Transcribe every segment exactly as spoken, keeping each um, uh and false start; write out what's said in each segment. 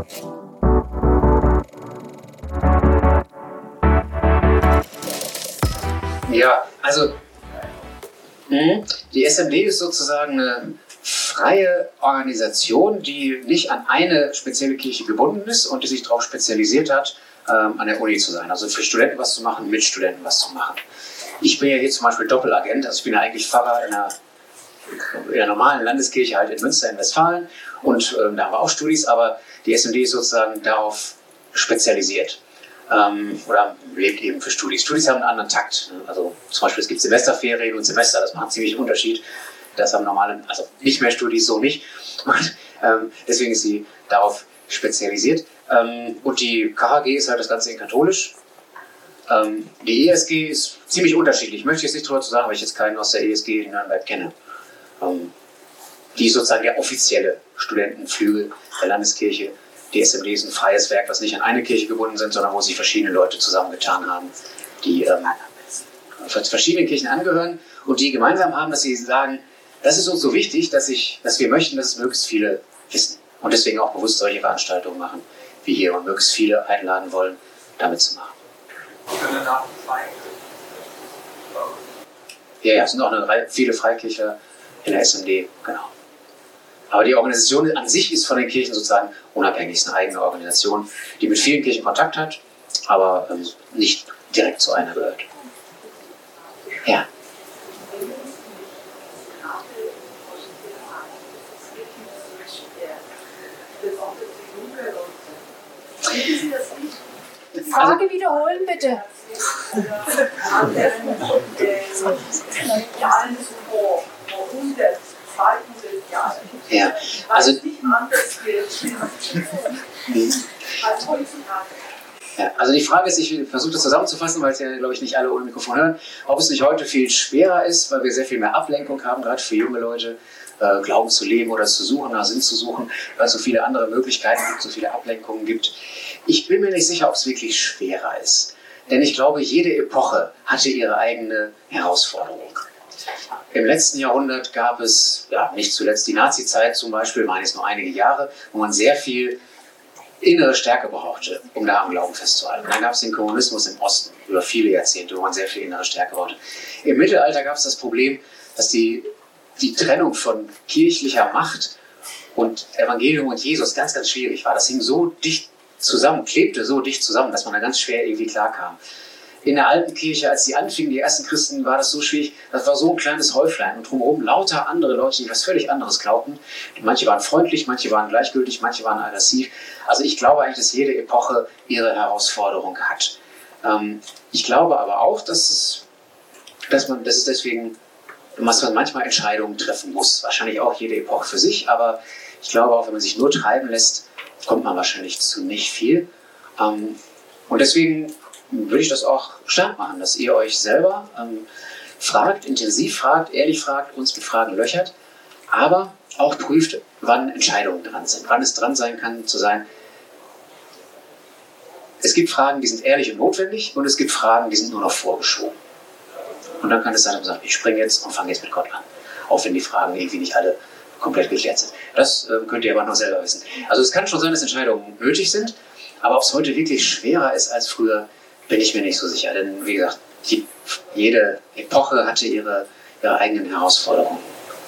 Ja, also mh, die S M D ist sozusagen eine freie Organisation, die nicht an eine spezielle Kirche gebunden ist und die sich darauf spezialisiert hat, ähm, an der Uni zu sein. Also für Studenten was zu machen, mit Studenten was zu machen. Ich bin ja hier zum Beispiel Doppelagent, also ich bin ja eigentlich Pfarrer in einer, in einer normalen Landeskirche halt in Münster in Westfalen und ähm, da haben wir auch Studis, aber die S M D ist sozusagen darauf spezialisiert. Ähm, oder lebt eben für Studis. Studis haben einen anderen Takt. Ne? Also zum Beispiel es gibt Semesterferien und Semester, das macht einen ziemlichen Unterschied. Das haben normale, also nicht mehr Studis, so nicht. Und, ähm, deswegen ist sie darauf spezialisiert. Ähm, und die K H G ist halt das Ganze in katholisch. Ähm, die E S G ist ziemlich unterschiedlich. Ich möchte jetzt nicht drüber zu sagen, weil ich jetzt keinen aus der E S G in Nürnberg kenne. Ähm, die ist sozusagen der offizielle Studentenflügel der Landeskirche. Die S M D ist ein freies Werk, was nicht an eine Kirche gebunden sind, sondern wo sich verschiedene Leute zusammengetan haben, die ähm, verschiedenen Kirchen angehören und die gemeinsam haben, dass sie sagen, das ist uns so wichtig, dass, ich, dass wir möchten, dass es möglichst viele wissen. Und deswegen auch bewusst solche Veranstaltungen machen, wie hier, und möglichst viele einladen wollen, damit zu machen. Ja, ja, es sind auch eine Reihe, viele Freikircher in der S M D, genau. Aber die Organisation an sich ist von den Kirchen sozusagen unabhängig, ist eine eigene Organisation, die mit vielen Kirchen Kontakt hat, aber ähm, nicht direkt zu einer gehört. Ja. Frage wiederholen, bitte. Ja, also, ja, also die Frage ist, ich versuche das zusammenzufassen, weil es ja, glaube ich, nicht alle ohne Mikrofon hören, ob es nicht heute viel schwerer ist, weil wir sehr viel mehr Ablenkung haben, gerade für junge Leute, äh, Glauben zu leben oder zu suchen, nach Sinn zu suchen, weil es so viele andere Möglichkeiten gibt, so viele Ablenkungen gibt. Ich bin mir nicht sicher, ob es wirklich schwerer ist, denn ich glaube, jede Epoche hatte ihre eigene Herausforderung. Im letzten Jahrhundert gab es, ja, nicht zuletzt die Nazi-Zeit zum Beispiel, waren jetzt nur einige Jahre, wo man sehr viel innere Stärke brauchte, um da am Glauben festzuhalten. Dann gab es den Kommunismus im Osten über viele Jahrzehnte, wo man sehr viel innere Stärke brauchte. Im Mittelalter gab es das Problem, dass die, die Trennung von kirchlicher Macht und Evangelium und Jesus ganz, ganz schwierig war. Das hing so dicht zusammen, klebte so dicht zusammen, dass man da ganz schwer irgendwie klarkam. In der alten Kirche, als sie anfingen, die ersten Christen, war das so schwierig, das war so ein kleines Häuflein und drumherum lauter andere Leute, die was völlig anderes glaubten. Manche waren freundlich, manche waren gleichgültig, manche waren aggressiv. Also ich glaube eigentlich, dass jede Epoche ihre Herausforderung hat. Ähm, ich glaube aber auch, dass es, dass man, dass es deswegen, dass man manchmal Entscheidungen treffen muss. Wahrscheinlich auch jede Epoche für sich, aber ich glaube auch, wenn man sich nur treiben lässt, kommt man wahrscheinlich zu nicht viel. Ähm, und deswegen würde ich das auch stark machen, dass ihr euch selber ähm, fragt, intensiv fragt, ehrlich fragt, uns mit Fragen löchert, aber auch prüft, wann Entscheidungen dran sind, wann es dran sein kann, zu sein. Es gibt Fragen, die sind ehrlich und notwendig, und es gibt Fragen, die sind nur noch vorgeschoben. Und dann kann es sein, dass man sagt, ich springe jetzt und fange jetzt mit Gott an, auch wenn die Fragen irgendwie nicht alle komplett geklärt sind. Das äh, könnt ihr aber noch selber wissen. Also es kann schon sein, dass Entscheidungen nötig sind, aber ob es heute wirklich schwerer ist als früher, bin ich mir nicht so sicher, denn wie gesagt, die, jede Epoche hatte ihre, ihre eigenen Herausforderungen.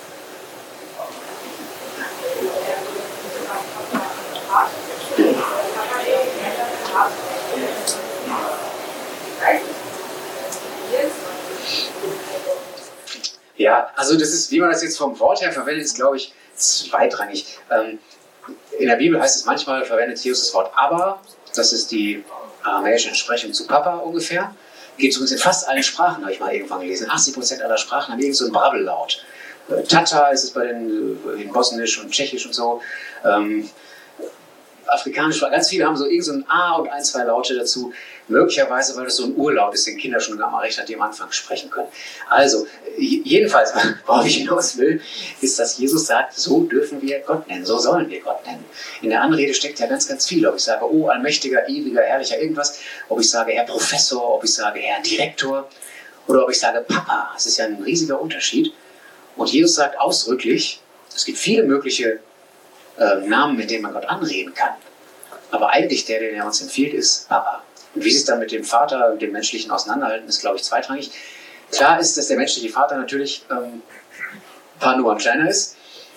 Ja, also das ist, wie man das jetzt vom Wort her verwendet, ist, glaube ich, zweitrangig. Ähm, in der Bibel heißt es manchmal, verwendet Jesus das Wort Abba, das ist die aramäische Entsprechung zu Papa ungefähr. Geht übrigens in fast allen Sprachen, habe ich mal irgendwann gelesen. achtzig Prozent aller Sprachen haben irgend so einen Brabbellaut. Äh, Tata ist es bei den in Bosnisch und Tschechisch und so. Ähm, Afrikanisch, ganz viele haben so irgend so ein A und ein, zwei Laute dazu. Möglicherweise, weil das so ein Urlaut ist, den Kinder schon am Recht hat, die am Anfang sprechen können. Also, jedenfalls, worauf ich hinaus will, ist, dass Jesus sagt, so dürfen wir Gott nennen, so sollen wir Gott nennen. In der Anrede steckt ja ganz, ganz viel. Ob ich sage, oh, allmächtiger, ewiger, herrlicher, irgendwas. Ob ich sage, Herr Professor, ob ich sage, Herr Direktor. Oder ob ich sage, Papa. Das ist ja ein riesiger Unterschied. Und Jesus sagt ausdrücklich, es gibt viele mögliche äh, Namen, mit denen man Gott anreden kann. Aber eigentlich der, der uns empfiehlt, ist Papa. Und wie sie es dann mit dem Vater, mit dem Menschlichen auseinanderhalten, ist, glaube ich, zweitrangig. Klar ist, dass der menschliche Vater natürlich ähm, ein paar Nummern kleiner ist,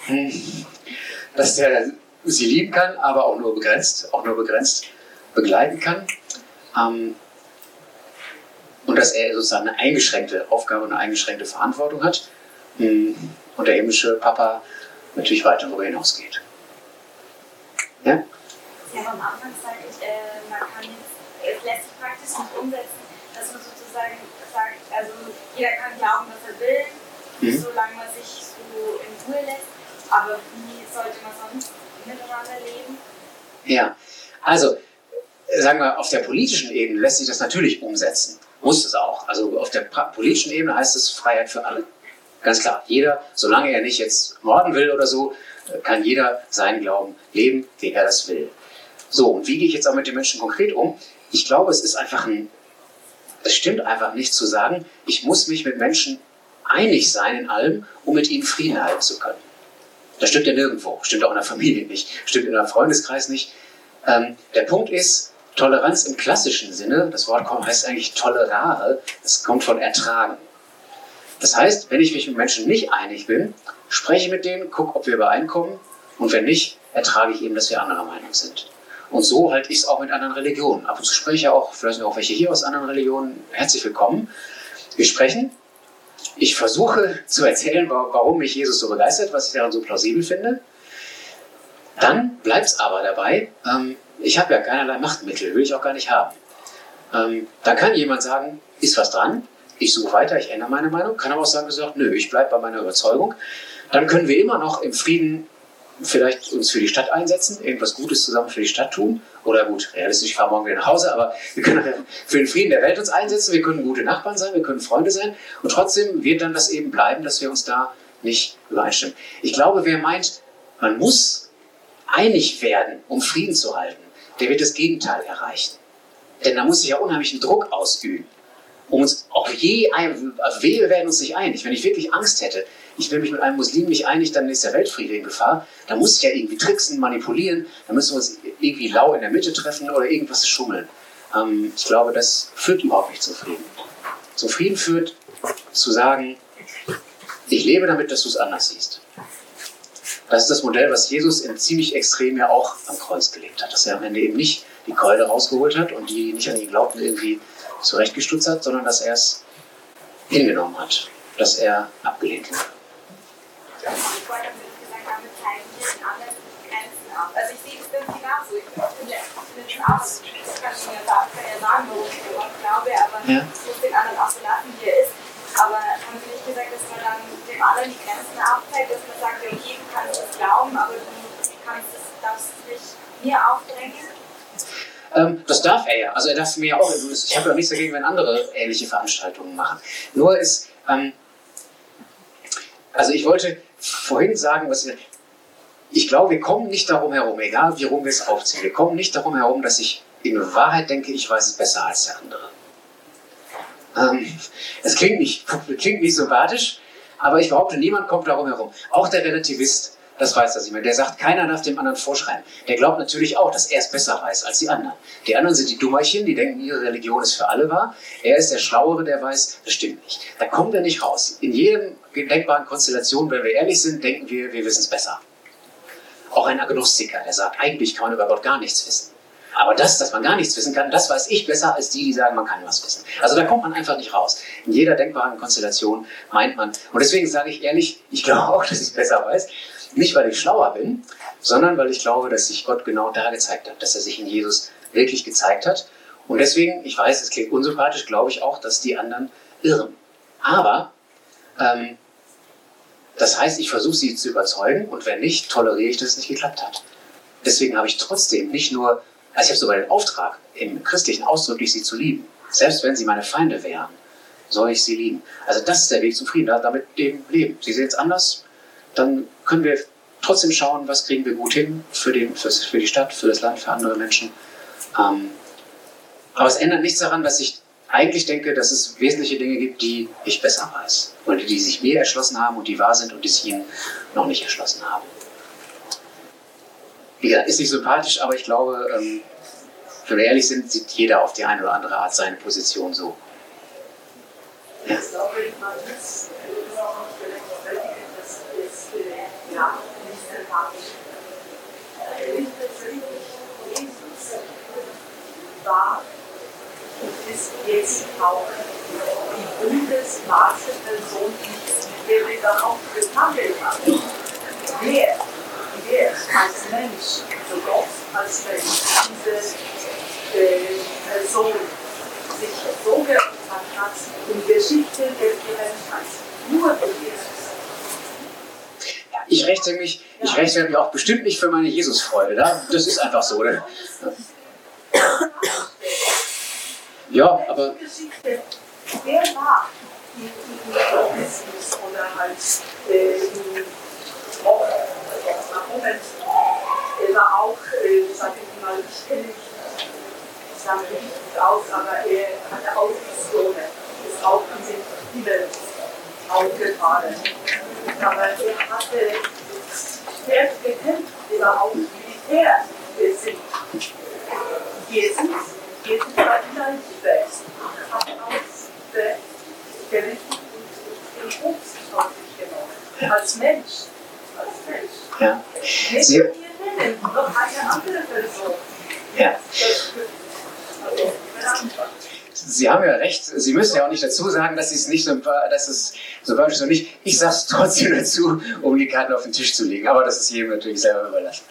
dass der sie lieben kann, aber auch nur begrenzt, auch nur begrenzt begleiten kann. Ähm, und dass er sozusagen eine eingeschränkte Aufgabe, eine eingeschränkte Verantwortung hat. Und der himmlische Papa natürlich weit darüber hinausgeht. Ja? Sie haben am Anfang gesagt, äh, man kann jetzt, es lässt sich praktisch nicht umsetzen, dass man sozusagen sagt, also jeder kann glauben, was er will, mhm. solange man sich so in Ruhe lässt. Aber wie sollte man sonst miteinander leben? Ja, also sagen wir, auf der politischen Ebene lässt sich das natürlich umsetzen. Muss es auch. Also auf der politischen Ebene heißt es Freiheit für alle. Ganz klar, jeder, solange er nicht jetzt morden will oder so, kann jeder seinen Glauben leben, wie er das will. So, und wie gehe ich jetzt auch mit den Menschen konkret um? Ich glaube, es ist einfach ein, es stimmt einfach nicht zu sagen, ich muss mich mit Menschen einig sein in allem, um mit ihnen Frieden halten zu können. Das stimmt ja nirgendwo, stimmt auch in der Familie nicht, stimmt in einem Freundeskreis nicht. Ähm, der Punkt ist, Toleranz im klassischen Sinne, das Wort heißt eigentlich tolerare, das kommt von ertragen. Das heißt, wenn ich mich mit Menschen nicht einig bin, spreche mit denen, gucke, ob wir übereinkommen und wenn nicht, ertrage ich eben, dass wir anderer Meinung sind. Und so halte ich es auch mit anderen Religionen. Ab und zu spreche ich auch, vielleicht sind auch welche hier aus anderen Religionen, herzlich willkommen. Wir sprechen. Ich versuche zu erzählen, warum mich Jesus so begeistert, was ich daran so plausibel finde. Dann bleibt es aber dabei, ähm, ich habe ja keinerlei Machtmittel, will ich auch gar nicht haben. Ähm, dann kann jemand sagen, ist was dran, ich suche weiter, ich ändere meine Meinung, kann aber auch sagen, gesagt, nö, ich bleibe bei meiner Überzeugung. Dann können wir immer noch im Frieden vielleicht uns für die Stadt einsetzen, irgendwas Gutes zusammen für die Stadt tun. Oder gut, realistisch, ich fahre morgen wieder nach Hause, aber wir können für den Frieden der Welt uns einsetzen, wir können gute Nachbarn sein, wir können Freunde sein. Und trotzdem wird dann das eben bleiben, dass wir uns da nicht übereinstimmen. Ich glaube, wer meint, man muss einig werden, um Frieden zu halten, der wird das Gegenteil erreichen. Denn da muss sich ja unheimlichen Druck ausüben. Um uns auch je, ein, also wir werden uns nicht einig. Wenn ich wirklich Angst hätte, ich will mich mit einem Muslim nicht einig, dann ist der Weltfriede in Gefahr. Da muss ich ja irgendwie tricksen, manipulieren, dann müssen wir uns irgendwie lau in der Mitte treffen oder irgendwas schummeln. Ähm, ich glaube, das führt überhaupt nicht zum Frieden. Zum Frieden führt zu sagen, ich lebe damit, dass du es anders siehst. Das ist das Modell, was Jesus in ziemlich extrem ja auch am Kreuz gelegt hat. Dass er am Ende eben nicht die Keule rausgeholt hat und die nicht an ihn glaubten irgendwie zurechtgestutzt hat, sondern dass er es hingenommen hat, dass er abgelehnt wurde. Also ich sehe das irgendwie genauso. Ich finde es auch, ich kann mir da ja sagen, warum ich überhaupt glaube, aber ja. Ich muss den anderen auch so lassen, wie er ist. Aber haben Sie nicht gesagt, dass man dann dem anderen die Grenzen aufzeigt, dass man sagt, okay, du kannst es glauben, aber du kannst es, darfst es nicht mir aufdrängen? Ähm, das darf er ja. Also er darf mir ja auch, ich habe ja nichts dagegen, wenn andere ähnliche Veranstaltungen machen. Nur ist, ähm, also ich wollte vorhin sagen, was ich, ich glaube, wir kommen nicht darum herum, egal wie rum wir es aufziehen, wir kommen nicht darum herum, dass ich in Wahrheit denke, ich weiß es besser als der andere. Ähm, das klingt nicht, klingt nicht sympathisch, aber ich behaupte, niemand kommt darum herum. Auch der Relativist, das weiß das nicht mehr. Der sagt, keiner darf dem anderen vorschreiben. Der glaubt natürlich auch, dass er es besser weiß als die anderen. Die anderen sind die Dummerchen, die denken, ihre Religion ist für alle wahr. Er ist der Schlauere, der weiß, das stimmt nicht. Da kommt er nicht raus. In jedem denkbaren Konstellation, wenn wir ehrlich sind, denken wir, wir wissen es besser. Auch ein Agnostiker, der sagt, eigentlich kann man über Gott gar nichts wissen. Aber das, dass man gar nichts wissen kann, das weiß ich besser als die, die sagen, man kann was wissen. Also da kommt man einfach nicht raus. In jeder denkbaren Konstellation meint man. Und deswegen sage ich ehrlich, ich glaube auch, dass ich es besser weiß. Nicht, weil ich schlauer bin, sondern weil ich glaube, dass sich Gott genau da gezeigt hat. Dass er sich in Jesus wirklich gezeigt hat. Und deswegen, ich weiß, es klingt unsympathisch, glaube ich auch, dass die anderen irren. Aber ähm, das heißt, ich versuche sie zu überzeugen und wenn nicht, toleriere ich, dass es nicht geklappt hat. Deswegen habe ich trotzdem nicht nur, also ich habe sogar den Auftrag, im Christlichen ausdrücklich sie zu lieben. Selbst wenn sie meine Feinde wären, soll ich sie lieben. Also das ist der Weg zum Frieden, damit eben leben. Sie sehen es anders, dann können wir trotzdem schauen, was kriegen wir gut hin für, den, für, für die Stadt, für das Land, für andere Menschen. Ähm, aber es ändert nichts daran, dass ich eigentlich denke, dass es wesentliche Dinge gibt, die ich besser weiß. Oder die sich mir erschlossen haben und die wahr sind und die sich ihnen noch nicht erschlossen haben. wie gesagt, ist nicht sympathisch, aber ich glaube, ähm, wenn wir ehrlich sind, sieht jeder auf die eine oder andere Art seine Position so. Ja. Ich glaube, man muss es auch noch bestätigen, dass es äh, ja, nicht sympathisch nicht persönlich Jesus war und ist jetzt auch die bundeswahrste Person, die wir da auch getadelt haben. Wer, wer als Mensch, also Gott als Mensch, diese äh, Person sich so geändert hat in Geschichte der Menschheit. Nur durch Jesus. Ich rechte mich, ich rechte mich auch bestimmt nicht für meine Jesusfreude. Da? Das ist einfach so, oder? Ja, aber. Wer war im Buddhismus oder halt äh, im Moment? Er war auch, äh, sag ich mal, ich kenne mich, ich sage nicht gut aus, aber er hatte auch Visionen, ist auch in den Himmel aufgefahren. Aber er hatte stark gekämpft, er war auch Militär sind. Jesus, Jesus war gleich selbst, hat auch gerichtet und den Obst auf sich genommen. Als Mensch. Als Mensch. Ja. Nicht Sie, nur wir nennen, noch eine andere Person. ja. Also, Sie haben ja recht, Sie müssen ja auch nicht dazu sagen, dass es nicht sympa- dass es sympathisch ist oder nicht. Ich sage es trotzdem dazu, um die Karten auf den Tisch zu legen, aber das ist jedem natürlich selber überlassen.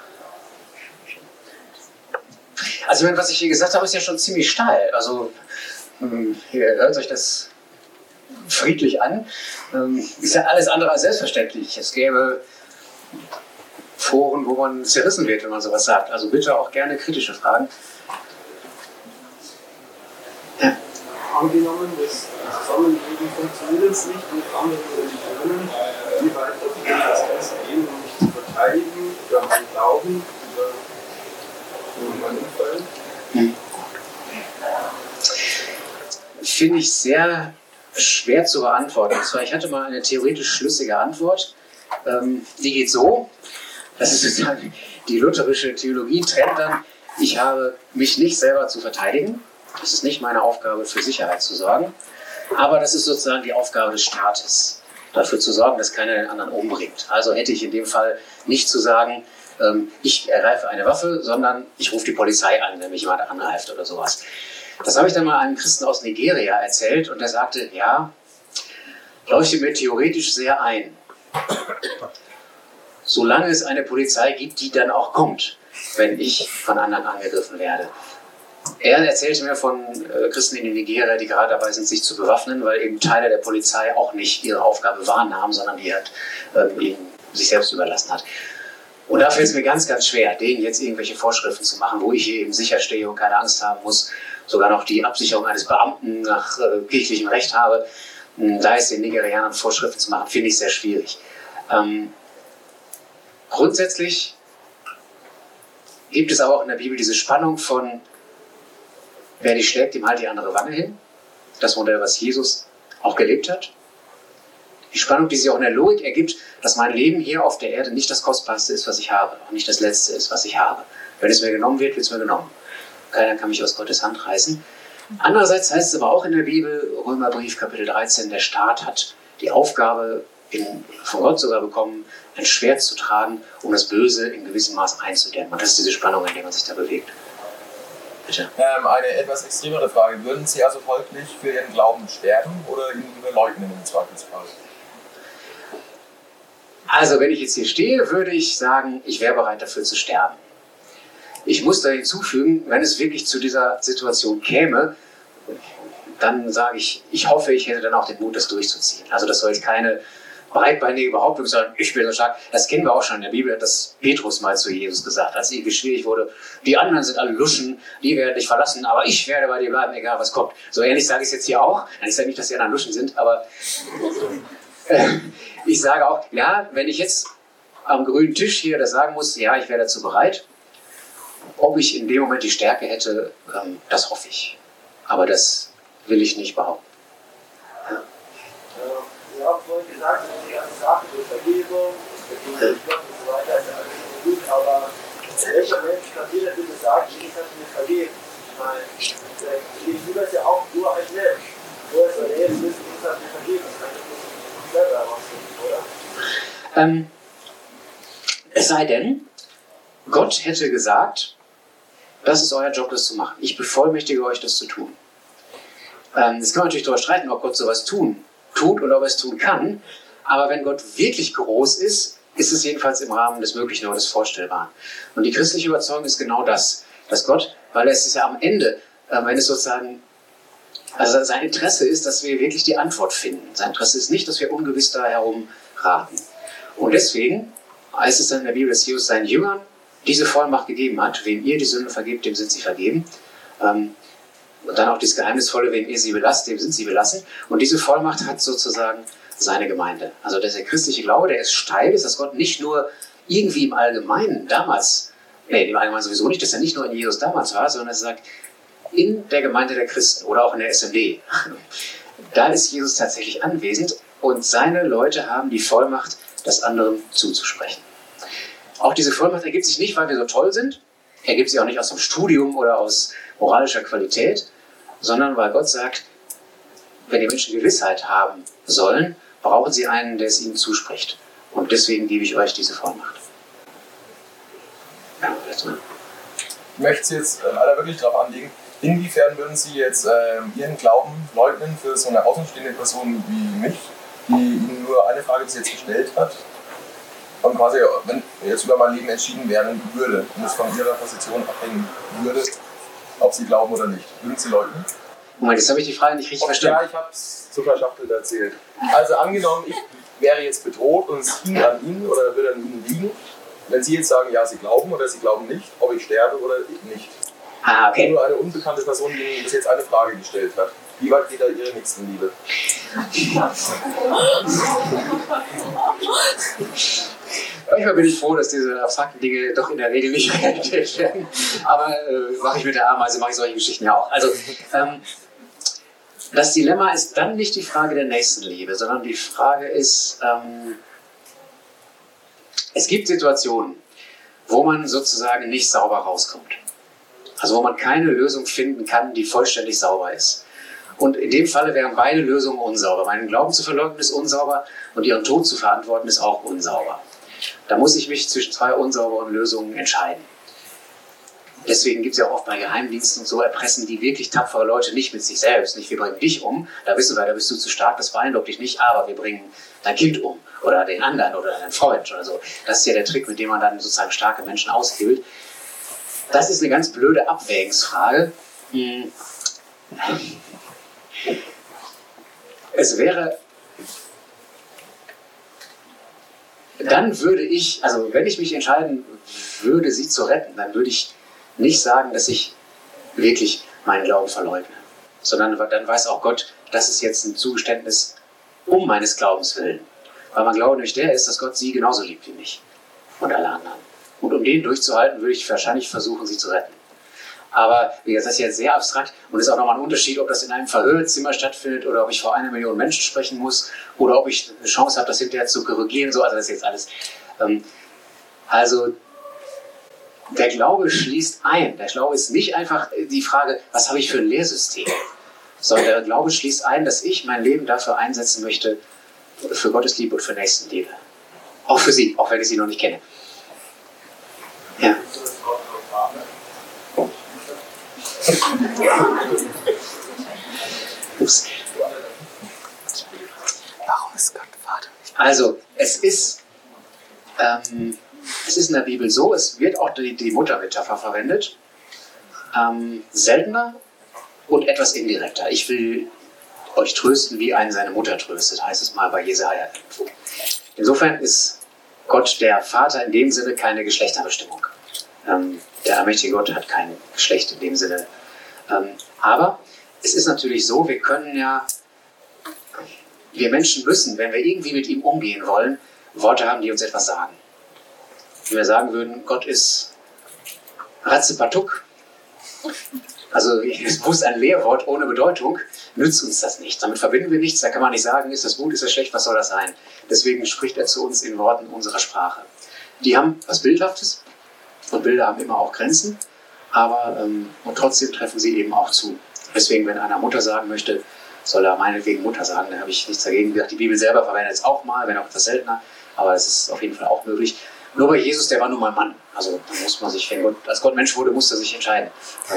Also ich meine, was ich hier gesagt habe, ist ja schon ziemlich steil. Also hier, hört euch das friedlich an. Ist ja alles andere als selbstverständlich. Es gäbe Foren, wo man zerrissen wird, wenn man sowas sagt. Also bitte auch gerne kritische Fragen. Ja. Angenommen, das Zusammenleben funktioniert jetzt nicht mit anderen Religionen, wie weit darf man das Ganze gehen, um mich zu verteidigen, über meinen Glauben, über mein Umfeld? Hm. Finde ich sehr schwer zu beantworten. Und zwar, ich hatte mal eine theoretisch schlüssige Antwort. Ähm, die geht so, das ist sozusagen die lutherische Theologie, trennt dann, ich habe mich nicht selber zu verteidigen. Es ist nicht meine Aufgabe, für Sicherheit zu sorgen, aber das ist sozusagen die Aufgabe des Staates, dafür zu sorgen, dass keiner den anderen umbringt. Also hätte ich in dem Fall nicht zu sagen, ähm, ich ergreife eine Waffe, sondern ich rufe die Polizei an, wenn mich jemand angreift oder sowas. Das habe ich dann mal einem Christen aus Nigeria erzählt und der sagte, ja, leuchtet mir theoretisch sehr ein. Solange es eine Polizei gibt, die dann auch kommt, wenn ich von anderen angegriffen werde. Er erzählte mir von äh, Christen in Nigeria, die gerade dabei sind, sich zu bewaffnen, weil eben Teile der Polizei auch nicht ihre Aufgabe wahrnahmen, sondern die halt ähm, eben sich selbst überlassen hat. Und da fällt es mir ganz, ganz schwer, denen jetzt irgendwelche Vorschriften zu machen, wo ich hier eben sicher stehe und keine Angst haben muss, sogar noch die Absicherung eines Beamten nach äh, kirchlichem Recht habe. Da ist den Nigerianern Vorschriften zu machen, finde ich sehr schwierig. Ähm, grundsätzlich gibt es aber auch in der Bibel diese Spannung von wer dich schlägt, dem halt die andere Wange hin. Das Modell, was Jesus auch gelebt hat. Die Spannung, die sich auch in der Logik ergibt, dass mein Leben hier auf der Erde nicht das Kostbarste ist, was ich habe. Und nicht das Letzte ist, was ich habe. Wenn es mir genommen wird, wird es mir genommen. Keiner kann mich aus Gottes Hand reißen. Andererseits heißt es aber auch in der Bibel, Römerbrief, Kapitel dreizehn, der Staat hat die Aufgabe, in, von Gott sogar bekommen, ein Schwert zu tragen, um das Böse in gewissem Maß einzudämmen. Und das ist diese Spannung, in der man sich da bewegt. Ähm, eine etwas extremere Frage. Würden Sie also folglich für Ihren Glauben sterben oder ihn leugnen im Zweifelsfall? Also, wenn ich jetzt hier stehe, würde ich sagen, ich wäre bereit dafür zu sterben. Ich muss da hinzufügen, wenn es wirklich zu dieser Situation käme, dann sage ich, ich hoffe, ich hätte dann auch den Mut, das durchzuziehen. Also das soll jetzt keine breitbeinige Behauptung sein, ich bin so stark. Das kennen wir auch schon in der Bibel, hat das Petrus mal zu Jesus gesagt, als es irgendwie schwierig wurde. Die anderen sind alle Luschen, die werden dich verlassen, aber ich werde bei dir bleiben, egal was kommt. So ähnlich sage ich es jetzt hier auch. Ich sage nicht, dass die anderen Luschen sind, aber äh, ich sage auch, ja, wenn ich jetzt am grünen Tisch hier das sagen muss, ja, ich wäre dazu bereit. Ob ich in dem Moment die Stärke hätte, ähm, das hoffe ich. Aber das will ich nicht behaupten. Ja. Ihr habt vorhin gesagt, die ganze Sache mit Vergebung, mit Gott und so weiter, ist ja alles gut, aber welcher Mensch kann jeder bitte sagen, ich habe mir vergeben? Nein, der Gegenüber ist ja auch nur ein Mensch. Wo ist er jetzt, müssen wir uns halt nicht vergeben. Das kann ich selber herausfinden, oder? Ähm, es sei denn, Gott hätte gesagt, das ist euer Job, das zu machen. Ich bevollmächtige euch, das zu tun. Ähm, jetzt kann man natürlich darüber streiten, ob Gott sowas tun tut oder ob er es tun kann. Aber wenn Gott wirklich groß ist, ist es jedenfalls im Rahmen des Möglichen oder des Vorstellbaren. Und die christliche Überzeugung ist genau das, dass Gott, weil es ist ja am Ende, äh, wenn es sozusagen, also sein Interesse ist, dass wir wirklich die Antwort finden. Sein Interesse ist nicht, dass wir ungewiss da herum raten. Und deswegen heißt es dann in der Bibel, dass Jesus seinen Jüngern diese Vollmacht gegeben hat. Wem ihr die Sünde vergebt, dem sind sie vergeben. Ähm, und dann auch dieses Geheimnisvolle, wem ihr sie belasst, dem sind sie belassen. Und diese Vollmacht hat sozusagen seine Gemeinde. Also der christliche Glaube, der ist steil, ist, dass Gott nicht nur irgendwie im Allgemeinen damals, nee, im Allgemeinen sowieso nicht, dass er nicht nur in Jesus damals war, sondern er sagt, in der Gemeinde der Christen oder auch in der S M D, da ist Jesus tatsächlich anwesend und seine Leute haben die Vollmacht, das anderen zuzusprechen. Auch diese Vollmacht ergibt sich nicht, weil wir so toll sind, ergibt sich auch nicht aus dem Studium oder aus moralischer Qualität, sondern weil Gott sagt, wenn die Menschen Gewissheit haben sollen, brauchen sie einen, der es ihnen zuspricht. Und deswegen gebe ich euch diese Vollmacht. Ja, jetzt mal. Ich möchte Sie jetzt äh, leider wirklich darauf anlegen, inwiefern würden Sie jetzt äh, Ihren Glauben leugnen für so eine außenstehende Person wie mich, die Ihnen nur eine Frage bis jetzt gestellt hat und quasi, wenn jetzt über mein Leben entschieden werden würde und es von Ihrer Position abhängen würde, ob Sie glauben oder nicht. Würden Sie leugnen? Moment, jetzt habe ich die Frage nicht richtig verstanden. Ja, ich habe es zu verschachtelt erzählt. Also angenommen, ich wäre jetzt bedroht und es hing an Ihnen oder würde an Ihnen liegen. Wenn Sie jetzt sagen, ja, Sie glauben oder Sie glauben nicht, ob ich sterbe oder nicht. Ah, okay. Nur eine unbekannte Person, die Ihnen bis jetzt eine Frage gestellt hat. Wie weit geht da Ihre Nächstenliebe? Manchmal bin ich froh, dass diese abstrakten Dinge doch in der Regel nicht Realität werden. Aber äh, mache ich mit der Ameise, mache ich solche Geschichten ja auch. Also, ähm, das Dilemma ist dann nicht die Frage der Nächstenliebe, sondern die Frage ist, ähm, es gibt Situationen, wo man sozusagen nicht sauber rauskommt. Also wo man keine Lösung finden kann, die vollständig sauber ist. Und in dem Falle wären beide Lösungen unsauber. Meinen Glauben zu verleugnen ist unsauber und ihren Tod zu verantworten ist auch unsauber. Da muss ich mich zwischen zwei unsauberen Lösungen entscheiden. Deswegen gibt es ja auch oft bei Geheimdiensten und so, erpressen die wirklich tapfere Leute nicht mit sich selbst. Nicht, wir bringen dich um, da wissen wir, da bist du zu stark, das beeindruckt dich nicht, aber wir bringen dein Kind um oder den anderen oder deinen Freund oder so. Das ist ja der Trick, mit dem man dann sozusagen starke Menschen aushebelt. Das ist eine ganz blöde Abwägungsfrage. Hm. Es wäre, dann würde ich, also wenn ich mich entscheiden würde, sie zu retten, dann würde ich nicht sagen, dass ich wirklich meinen Glauben verleugne, sondern dann weiß auch Gott, das ist jetzt ein Zugeständnis um meines Glaubens willen. Weil mein Glaube nämlich der ist, dass Gott sie genauso liebt wie mich und alle anderen. Und um den durchzuhalten, würde ich wahrscheinlich versuchen, sie zu retten. Aber wie gesagt, das ist jetzt sehr abstrakt und ist auch nochmal ein Unterschied, ob das in einem Verhörzimmer stattfindet oder ob ich vor einer Million Menschen sprechen muss oder ob ich eine Chance habe, das hinterher zu korrigieren. So, also das ist jetzt alles. Ähm, also der Glaube schließt ein. Der Glaube ist nicht einfach die Frage, was habe ich für ein Lehrsystem, sondern der Glaube schließt ein, dass ich mein Leben dafür einsetzen möchte, für Gottes Liebe und für Nächstenliebe. Auch für Sie, auch wenn ich Sie noch nicht kenne. Ja. Ups. Warum ist Gott Vater? Also, es ist, ähm, es ist in der Bibel so, es wird auch die, die Muttermetapher verwendet. Ähm, seltener und etwas indirekter. Ich will euch trösten, wie einen seine Mutter tröstet, heißt es mal bei Jesaja. Insofern ist Gott der Vater in dem Sinne keine Geschlechterbestimmung. Ähm, der allmächtige Gott hat kein Geschlecht in dem Sinne. Ähm, aber es ist natürlich so, wir können ja, wir Menschen müssen, wenn wir irgendwie mit ihm umgehen wollen, Worte haben, die uns etwas sagen. Wenn wir sagen würden, Gott ist Ratzepatuk, also es muss ein Lehrwort ohne Bedeutung, nützt uns das nicht. Damit verbinden wir nichts, da kann man nicht sagen, ist das gut, ist das schlecht, was soll das sein? Deswegen spricht er zu uns in Worten unserer Sprache. Die haben was Bildhaftes, Und Bilder haben immer auch Grenzen, aber ähm, und trotzdem treffen sie eben auch zu. Deswegen, wenn einer Mutter sagen möchte, soll er meinetwegen Mutter sagen, da habe ich nichts dagegen. Wie gesagt, die Bibel selber verwendet es auch mal, wenn auch etwas seltener, aber das ist auf jeden Fall auch möglich. Nur bei Jesus, der war nun mal Mann. Also da muss man sich, wenn Gott, als Gott Mensch wurde, musste er sich entscheiden.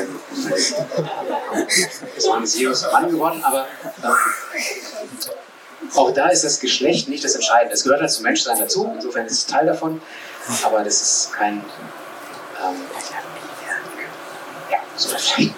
Deswegen ist Jesus Mann geworden, aber ähm, auch da ist das Geschlecht nicht das Entscheidende. Es gehört halt zum Menschsein dazu, insofern ist es Teil davon, aber das ist kein ähm, ja, so vielleicht.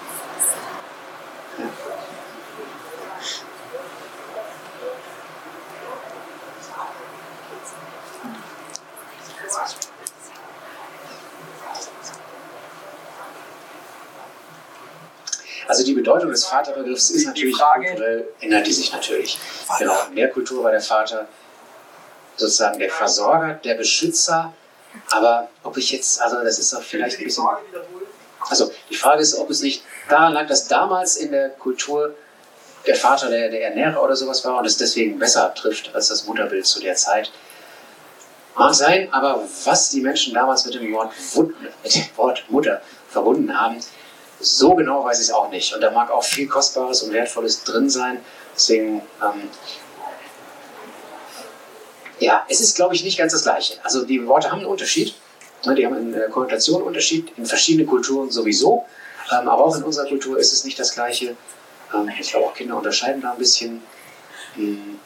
Also die Bedeutung des Vaterbegriffs ist natürlich kulturell, ändert die sich natürlich. Genau, in der Kultur war der Vater sozusagen der Versorger, der Beschützer, aber ob ich jetzt, also das ist auch vielleicht ein bisschen, also die Frage ist, ob es nicht daran lag, dass damals in der Kultur der Vater der, der Ernährer oder sowas war und es deswegen besser trifft als das Mutterbild zu der Zeit. Mag sein, aber was die Menschen damals mit dem Wort, mit dem Wort Mutter verbunden haben, so genau weiß ich es auch nicht. Und da mag auch viel Kostbares und Wertvolles drin sein. Deswegen, ähm, ja, es ist, glaube ich, nicht ganz das Gleiche. Also die Worte haben einen Unterschied. Die haben eine Konnotation einen Unterschied. In verschiedenen Kulturen sowieso. Ähm, aber auch in unserer Kultur ist es nicht das Gleiche. Ähm, ich glaube, auch Kinder unterscheiden da ein bisschen. Ähm,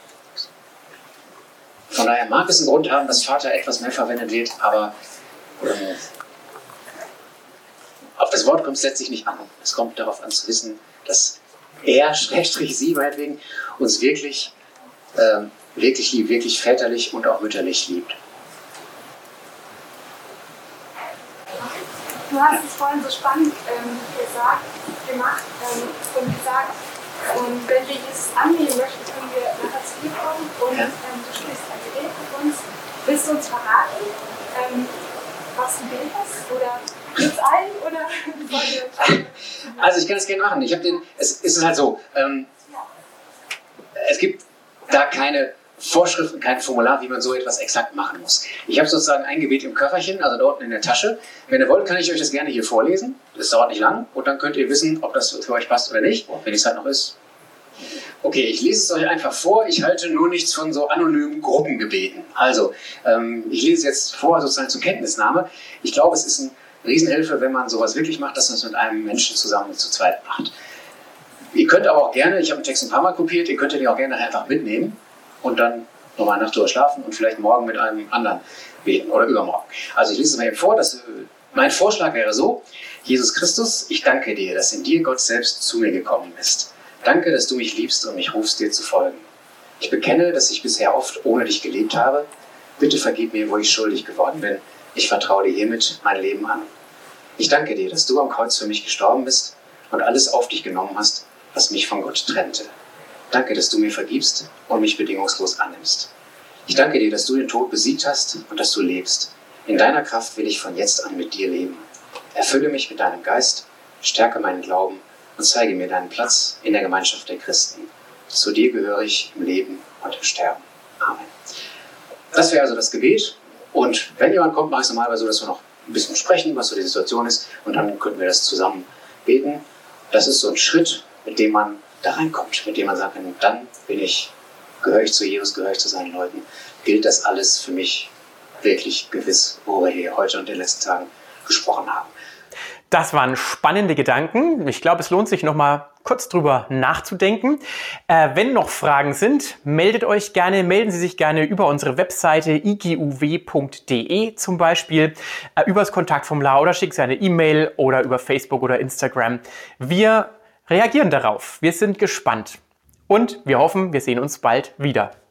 von daher mag es einen Grund haben, dass Vater etwas mehr verwendet wird, aber ähm, auf das Wort kommt es letztlich nicht an. Es kommt darauf an zu wissen, dass er, Schrägstrich sie meinetwegen, uns wirklich, ähm, wirklich liebt, wirklich väterlich und auch mütterlich liebt. Du hast es vorhin so spannend ähm, gesagt, gemacht ähm, und gesagt, und wenn wir Jesus annehmen möchten, können wir nachher zu dir kommen und Ja. ähm, du sprichst ein Gebet mit uns. Willst du uns verraten, ähm, was du betest oder gibt's ein oder? Also ich kann es gerne machen. Ich habe den. Es, es ist halt so. Ähm, es gibt da keine Vorschriften, kein Formular, wie man so etwas exakt machen muss. Ich habe sozusagen ein Gebet im Köfferchen, also dort in der Tasche. Wenn ihr wollt, kann ich euch das gerne hier vorlesen. Das dauert nicht lang und dann könnt ihr wissen, ob das für euch passt oder nicht. Wenn es halt noch ist. Okay, ich lese es euch einfach vor. Ich halte nur nichts von so anonymen Gruppengebeten. Also, ähm, ich lese es jetzt vor, sozusagen zur Kenntnisnahme. Ich glaube, es ist eine Riesenhilfe, wenn man sowas wirklich macht, dass man es mit einem Menschen zusammen zu zweit macht. Ihr könnt aber auch gerne, ich habe den Text ein paar Mal kopiert, ihr könnt den auch gerne einfach mitnehmen und dann nochmal eine Nacht drüber schlafen und vielleicht morgen mit einem anderen beten oder übermorgen. Also ich lese es mal eben vor. Dass, mein Vorschlag wäre so: Jesus Christus, ich danke dir, dass in dir Gott selbst zu mir gekommen ist. Danke, dass du mich liebst und mich rufst, dir zu folgen. Ich bekenne, dass ich bisher oft ohne dich gelebt habe. Bitte vergib mir, wo ich schuldig geworden bin. Ich vertraue dir hiermit mein Leben an. Ich danke dir, dass du am Kreuz für mich gestorben bist und alles auf dich genommen hast, was mich von Gott trennte. Danke, dass du mir vergibst und mich bedingungslos annimmst. Ich danke dir, dass du den Tod besiegt hast und dass du lebst. In deiner Kraft will ich von jetzt an mit dir leben. Erfülle mich mit deinem Geist, stärke meinen Glauben und zeige mir deinen Platz in der Gemeinschaft der Christen. Zu dir gehöre ich im Leben und im Sterben. Amen. Das wäre also das Gebet. Und wenn jemand kommt, mache ich es normalerweise so, dass wir noch ein bisschen sprechen, was so die Situation ist. Und dann könnten wir das zusammen beten. Das ist so ein Schritt, mit dem man da reinkommt, mit dem man sagt, dann bin ich, gehöre ich zu Jesus, gehöre ich zu seinen Leuten. Gilt das alles für mich wirklich gewiss, worüber wir hier heute und in den letzten Tagen gesprochen haben. Das waren spannende Gedanken. Ich glaube, es lohnt sich noch mal kurz drüber nachzudenken. Äh, wenn noch Fragen sind, meldet euch gerne, melden Sie sich gerne über unsere Webseite i g u w punkt d e zum Beispiel, äh, über das Kontaktformular oder schickt Sie eine E-Mail oder über Facebook oder Instagram. Wir reagieren darauf. Wir sind gespannt und wir hoffen, wir sehen uns bald wieder.